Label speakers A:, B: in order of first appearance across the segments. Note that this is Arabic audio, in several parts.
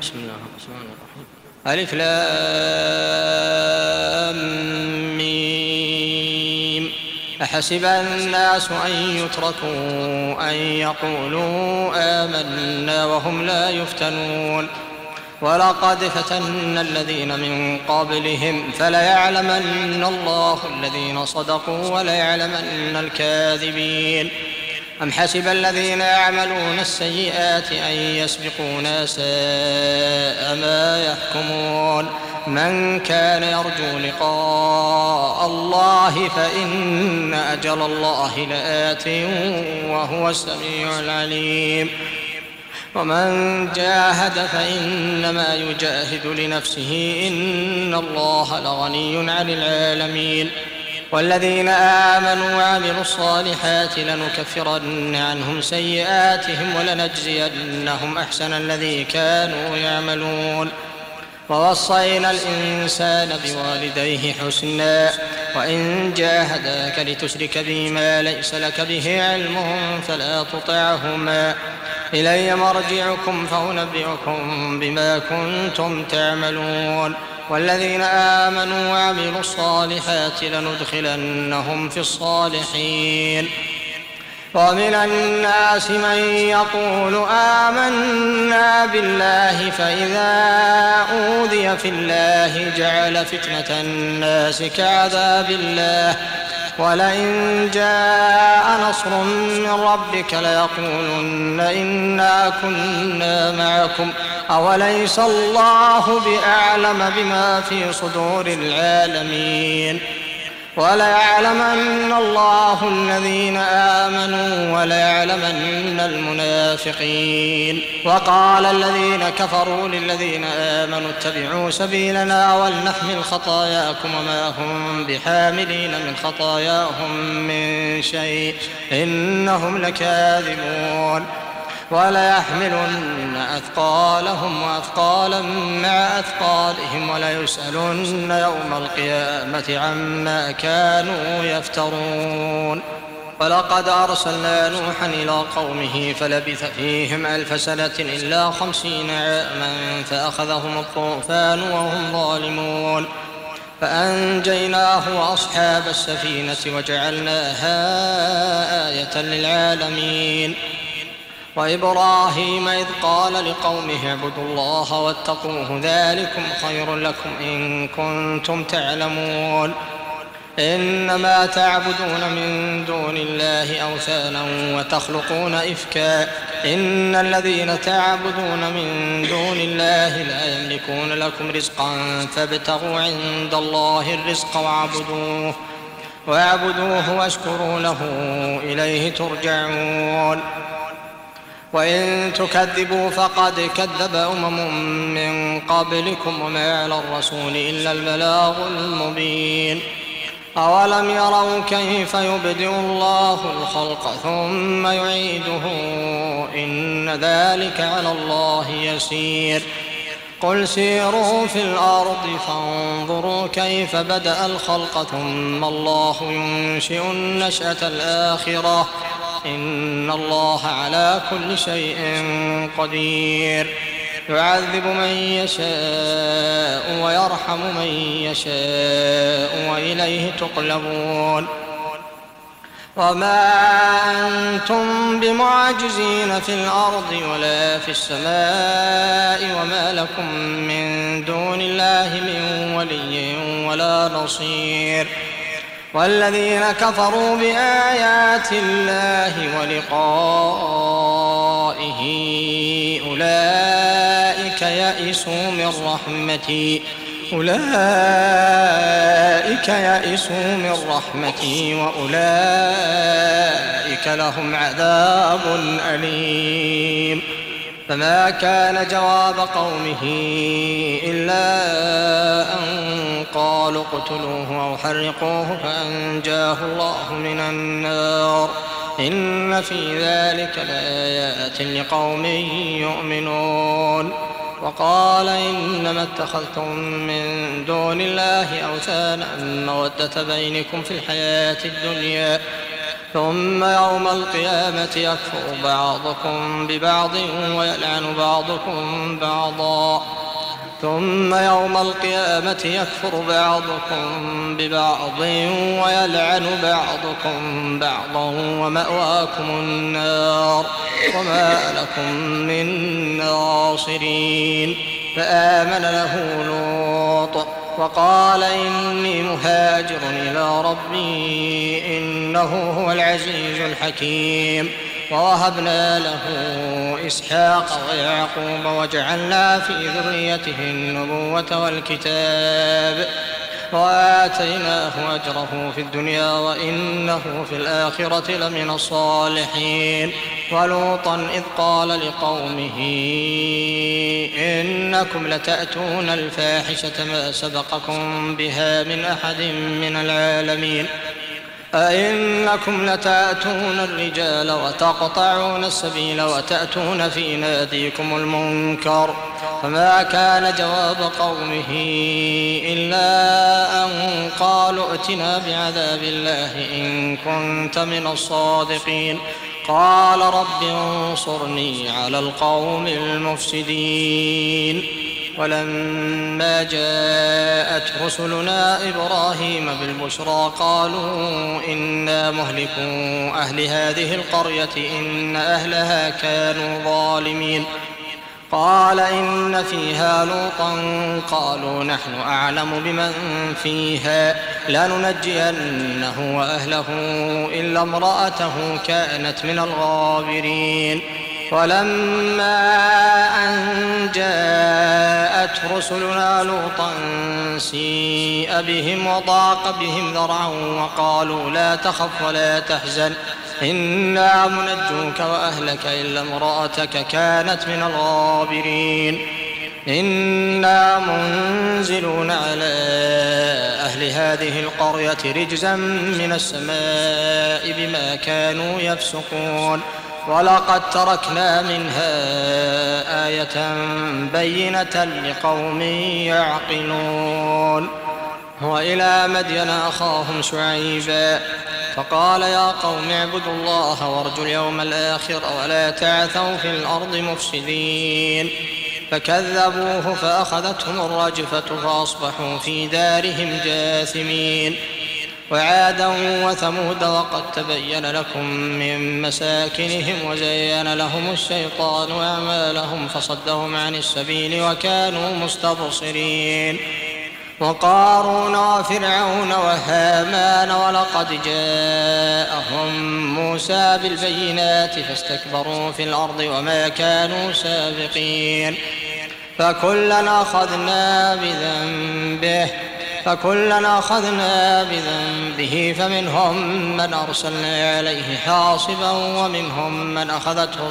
A: بسم الله الرحمن الرحيم. ألف لام ميم. أحسب الناس أن يتركوا أن يقولوا آمنا وهم لا يفتنون ولقد فتنا الذين من قبلهم فليعلمن الله الذين صدقوا وليعلمن الكاذبين. أم حسب الذين يعملون السيئات أن يسبقونا ساء ما يحكمون. من كان يرجو لقاء الله فإن أجل الله لآت وهو السميع العليم. ومن جاهد فإنما يجاهد لنفسه إن الله لغني عن العالمين. والذين آمنوا وعملوا الصالحات لنكفرن عنهم سيئاتهم ولنجزينهم أحسن الذي كانوا يعملون. ووصينا الإنسان بوالديه حسنا وإن جاهداك لتشرك بي ما ليس لك به علم فلا تطعهما إلي مرجعكم فأنبئكم بما كنتم تعملون. والذين آمنوا وعملوا الصالحات لندخلنهم في الصالحين. ومن الناس من يقول آمنا بالله فإذا أوذي في الله جعل فتنة الناس كعذاب الله ولئن جاء نصر من ربك ليقولن إنا كنا معكم أوليس الله بأعلم بما في صدور العالمين. وليعلمن الله الذين آمنوا وليعلمن المنافقين. وقال الذين كفروا للذين آمنوا اتبعوا سبيلنا ولنحمل خطاياكم وما هم بحاملين من خطاياهم من شيء إنهم لكاذبون. وليحملن أثقالهم وأثقالا مع أثقالهم وليسألن يوم القيامة عما كانوا يفترون. ولقد أرسلنا نوحا إلى قومه فلبث فيهم 1000 سنة إلا 50 عاما فأخذهم الطوفان وهم ظالمون فأنجيناه وأصحاب السفينة وجعلناها آية للعالمين. وإبراهيم إذ قال لقومه اعبدوا الله واتقوه ذلكم خير لكم إن كنتم تعلمون. إنما تعبدون من دون الله أوثانا وتخلقون إفكا إن الذين تعبدون من دون الله لا يملكون لكم رزقا فابتغوا عند الله الرزق واعبدوه واشكروا له إليه ترجعون. وإن تكذبوا فقد كذب من قبلكم وما على الرسول إلا البلاغ المبين. أولم يروا كيف يبدئ الله الخلق ثم يعيده إن ذلك على الله يسير. قل سيروا في الأرض فانظروا كيف بدأ الخلق ثم الله ينشئ النشأة الآخرة إن الله على كل شيء قدير. يعذب من يشاء ويرحم من يشاء وإليه تقلبون. وما أنتم بمعجزين في الأرض ولا في السماء وما لكم من دون الله من ولي ولا نصير. والذين كفروا بآيات الله ولقائه أولئك يئسوا من رحمتي وأولئك لهم عذاب أليم. فما كان جواب قومه إلا أن قالوا اقتلوه أو حرقوه فأنجاه الله من النار إن في ذلك لآيات لقوم يؤمنون. وقال إنما اتخذتم من دون الله أوثانا مودة بينكم في الحياة الدنيا ثم يوم القيامة يكفر بعضكم ببعض ويلعن بعضكم بعضا ثم يوم القيامة يكفر بعضكم ببعض ويلعن بعضكم بعضا ومأواكم النار وما لكم من ناصرين. فآمن له لوط وقال إني مهاجر إلى ربي إنه هو العزيز الحكيم. ووهبنا له إسحاق ويعقوب وجعلنا في ذريته النبوة والكتاب وآتيناه أجره في الدنيا وإنه في الآخرة لمن الصالحين. ولوطا إذ قال لقومه إنكم لتأتون الفاحشة ما سبقكم بها من أحد من العالمين أئنكم لتأتون الرجال وتقطعون السبيل وتأتون في ناديكم المنكر. فما كان جواب قومه إلا أن قالوا ائتنا بعذاب الله إن كنت من الصادقين. قال رب انصرني على القوم المفسدين. ولما جاءت رسلنا إبراهيم بالبشرى قالوا إنا مهلكو أهل هذه القرية إن أهلها كانوا ظالمين. قال إن فيها لوطا قالوا نحن أعلم بمن فيها لننجينه وأهله إلا امرأته كانت من الغابرين. ولما أن جاءت رسلنا لوطا سيء بهم وضاق بهم ذرعا وقالوا لا تخف ولا تحزن إنا منجوك وأهلك إلا امرأتك كانت من الغابرين. إنا منزلون على أهل هذه القرية رجزا من السماء بما كانوا يفسقون. ولقد تركنا منها آية بينة لقوم يعقلون. وإلى مدين أخاهم شعيبا فقال يا قوم اعبدوا الله وارجوا اليوم الآخر ولا تعثوا في الأرض مفسدين. فكذبوه فأخذتهم الرجفة فأصبحوا في دارهم جاثمين. وعادا وثمود وقد تبين لكم من مساكنهم وزين لهم الشيطان أعمالهم فصدهم عن السبيل وكانوا مستبصرين. وقارون وفرعون وهامان ولقد جاءهم موسى بالبينات فاستكبروا في الأرض وما كانوا سابقين. فكلنا أخذنا بذنبه فمنهم من أرسلنا عليه حاصبا ومنهم من أخذته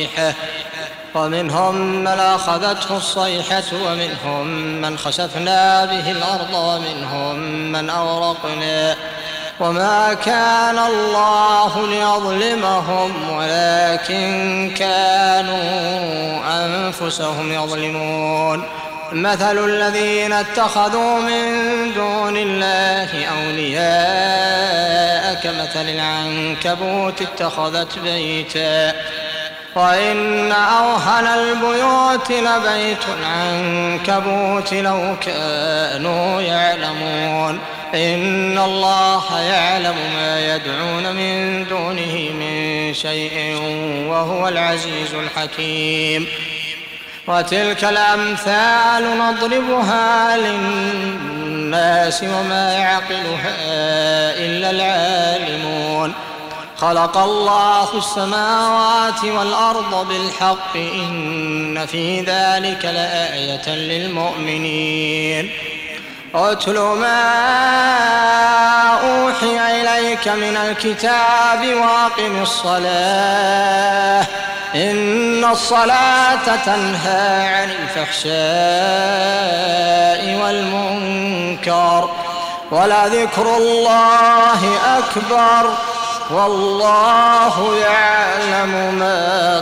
A: الصيحة ومنهم من خسفنا به الأرض ومنهم من أغرقنا. وما كان الله ليظلمهم ولكن كانوا أنفسهم يظلمون. مثل الذين اتخذوا من دون الله أولياء كمثل العنكبوت اتخذت بيتا وإن أوهن البيوت لبيت العنكبوت لو كانوا يعلمون. إن الله يعلم ما يدعون من دونه من شيء وهو العزيز الحكيم. وتلك الأمثال نضربها للناس وما يعقلها إلا العالمون. خلق الله السماوات والأرض بالحق إن في ذلك لآية للمؤمنين. اتل ما أوحي إليك من الكتاب وأقم الصلاة إن الصلاة تنهى عن الفحشاء والمنكر ولذكر الله أكبر والله يعلم ما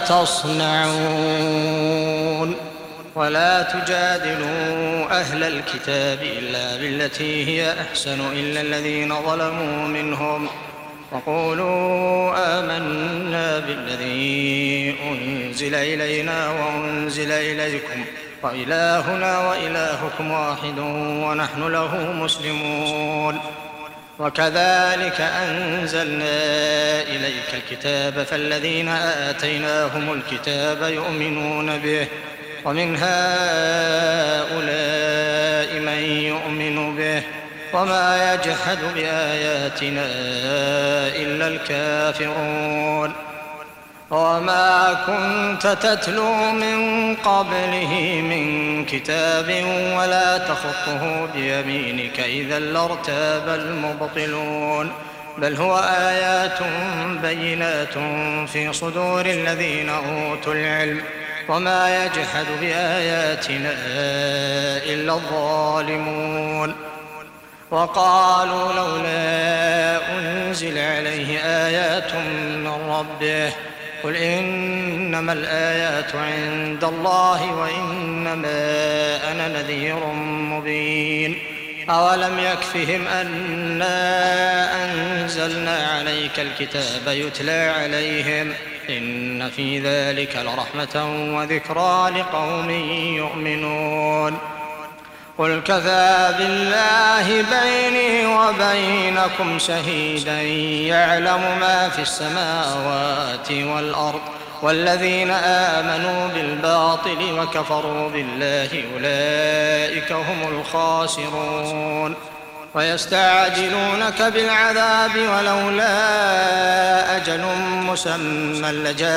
A: تصنعون. ولا تجادلوا أهل الكتاب إلا بالتي هي أحسن إلا الذين ظلموا منهم وقولوا آمنا بالذي أنزل إلينا وأنزل إليكم وإلهنا وإلهكم واحد ونحن له مسلمون. وكذلك أنزلنا إليك الكتاب فالذين آتيناهم الكتاب يؤمنون به ومن هؤلاء من يؤمن به وما يجحد بآياتنا إلا الكافرون. وما كنت تتلو من قبله من كتاب ولا تخطه بيمينك إذا لارتاب المبطلون بل هو آيات بينات في صدور الذين أوتوا العلم وما يجحد بآياتنا إلا الظالمون. وقالوا لولا أنزل عليه آيات من ربه قل إنما الآيات عند الله وإنما أنا نذير مبين. أولم يكفهم أنا أنزلنا عليك الكتاب يتلى عليهم إن في ذلك لرحمة وذكرى لقوم يؤمنون. قل كفى بالله بيني وبينكم شهيدا يعلم ما في السماوات والأرض والذين آمنوا بالباطل وكفروا بالله أولئك هم الخاسرون. ويستعجلونك بالعذاب ولولا أجل مسمى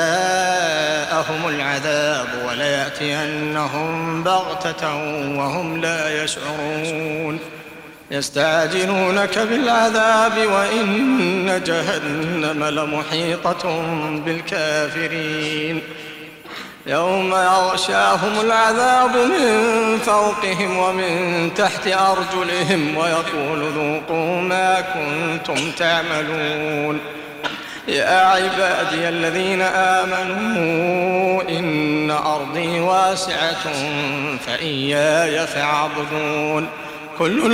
A: لجاءهم العذاب وليأتينهم بغتة وهم لا يشعرون. يستعجلونك بالعذاب وإن جهنم لمحيطة بالكافرين يوم يغشاهم العذاب من فوقهم ومن تحت أرجلهم ويقول ذوقوا ما كنتم تعملون. يا عبادي الذين آمنوا إن أرضي واسعة فإياي فاعبدون. كل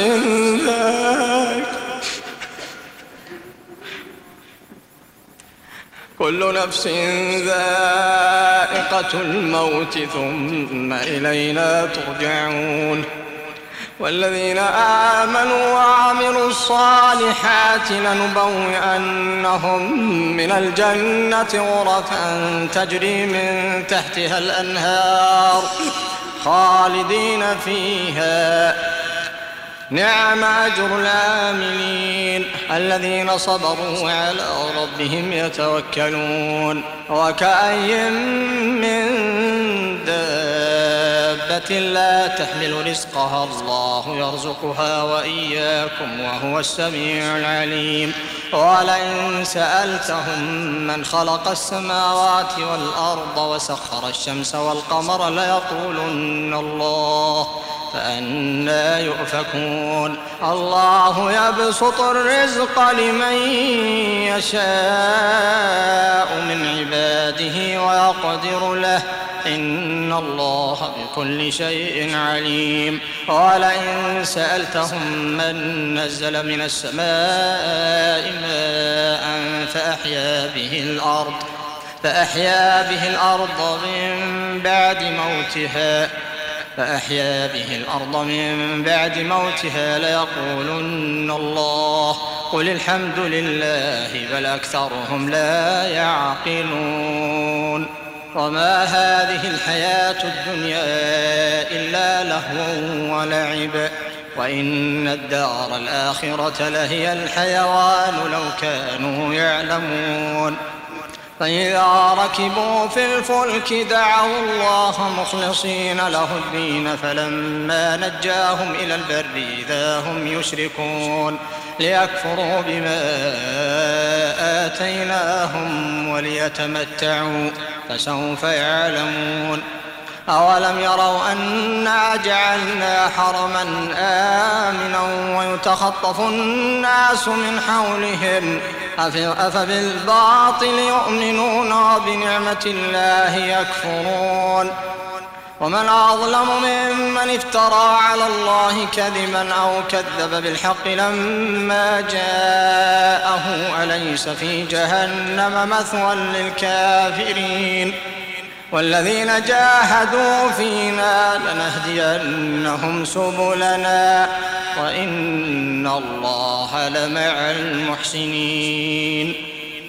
A: نفس ذائقة الموت ثم إلينا ترجعون. والذين آمنوا وعملوا الصالحات لنبوئنهم من الجنة غرفا تجري من تحتها الأنهار خالدين فيها نعم أجر العاملين الذين صبروا على ربهم يتوكلون. وكأي من دابة لا تحمل رزقها الله يرزقها وإياكم وهو السميع العليم. ولئن سألتهم من خلق السماوات والأرض وسخر الشمس والقمر ليقولن الله فأنى يؤفكون. الله يبسط الرزق لمن يشاء من عباده ويقدر له إن الله بكل شيء عليم. ولئن سألتهم من نزل من السماء ماء فأحيا به الأرض من بعد موتها ليقولن الله قل الحمد لله بل أكثرهم لا يعقلون. وما هذه الحياة الدنيا إلا لهو ولعب وإن الدار الآخرة لهي الحيوان لو كانوا يعلمون. فإذا ركبوا في الفلك دعوا الله مخلصين له الدين فلما نجاهم إلى البر إذا هم يشركون ليكفروا بما آتيناهم وليتمتعوا فسوف يعلمون. أولم يروا أنا جعلنا حرما آمنا ويتخطف الناس من حولهم أفبالباطل يؤمنون وبنعمة الله يكفرون. ومن أظلم ممن افترى على الله كذبا أو كذب بالحق لما جاءه أليس في جهنم مثوى للكافرين والذين جاهدوا فينا لنهدينهم سبلنا وإن الله لمع المحسنين